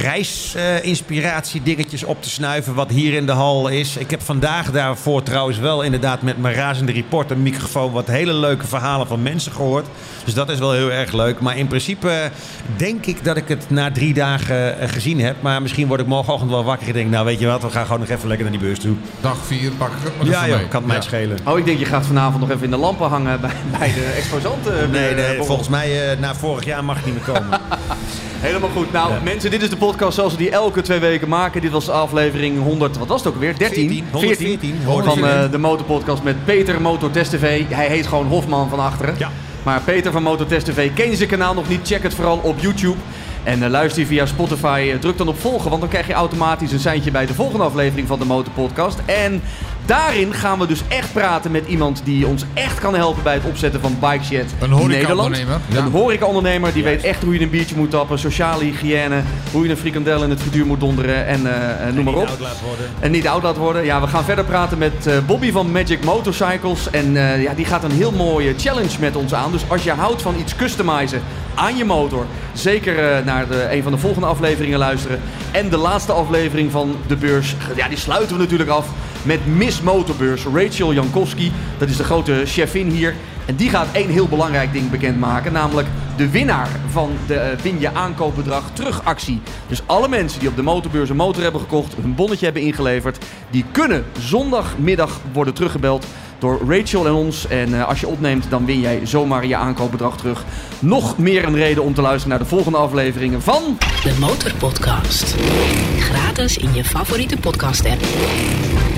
reisinspiratie dingetjes op te snuiven wat hier in de hal is. Ik heb vandaag daarvoor trouwens wel inderdaad met mijn razende report een microfoon wat hele leuke verhalen van mensen gehoord. Dus dat is wel heel erg leuk. Maar in principe denk ik dat ik het na drie dagen uh, gezien heb. Maar misschien word ik morgenochtend wel wakker en denk, nou weet je wat, we gaan gewoon nog even lekker naar die beurs toe. Dag vier, pak ik het maar Ja even joh, mee. kan het mij Ja. schelen. Oh, ik denk je gaat vanavond nog even in de lampen hangen bij, bij de exposanten. Nee, Uh, nee, borrel. volgens mij uh, na vorig jaar mag het niet meer komen. Helemaal goed. Nou, Ja. mensen, dit is de podcast zoals we die elke twee weken maken. Dit was aflevering honderd, wat was het ook weer? dertien? honderdveertien. Van uh, de Motorpodcast met Peter Motortest T V. Hij heet gewoon Hofman van achteren. Ja. Maar Peter van Motortest T V, ken je zijn kanaal nog niet? Check het vooral op YouTube. En uh, luister je via Spotify, uh, druk dan op volgen, want dan krijg je automatisch een seintje bij de volgende aflevering van de Motorpodcast. En daarin gaan we dus echt praten met iemand die ons echt kan helpen bij het opzetten van Bike Shed Een Nederland. horeca-ondernemer. Ja. Een horeca-ondernemer die Juist. weet echt hoe je een biertje moet tappen, sociale hygiëne, hoe je een frikandel in het frituur moet donderen en uh, uh, noem maar op. Oud laten worden. En niet oud laten worden. Ja, we gaan verder praten met uh, Bobby van Magic Motorcycles. En uh, ja, die gaat een heel mooie challenge met ons aan. Dus als je houdt van iets customizen aan je motor, zeker uh, naar de, een van de volgende afleveringen luisteren. En de laatste aflevering van de beurs, ja, die sluiten we natuurlijk af met Miss Motorbeurs, Rachel Jankowski. Dat is de grote chefin hier. En die gaat één heel belangrijk ding bekendmaken, namelijk de winnaar van de uh, win je aankoopbedrag terugactie. Dus alle mensen die op de motorbeurs een motor hebben gekocht, hun bonnetje hebben ingeleverd, die kunnen zondagmiddag worden teruggebeld door Rachel en ons. En uh, als je opneemt, dan win jij zomaar je aankoopbedrag terug. Nog meer een reden om te luisteren naar de volgende afleveringen van De Motorpodcast. Gratis in je favoriete podcast app.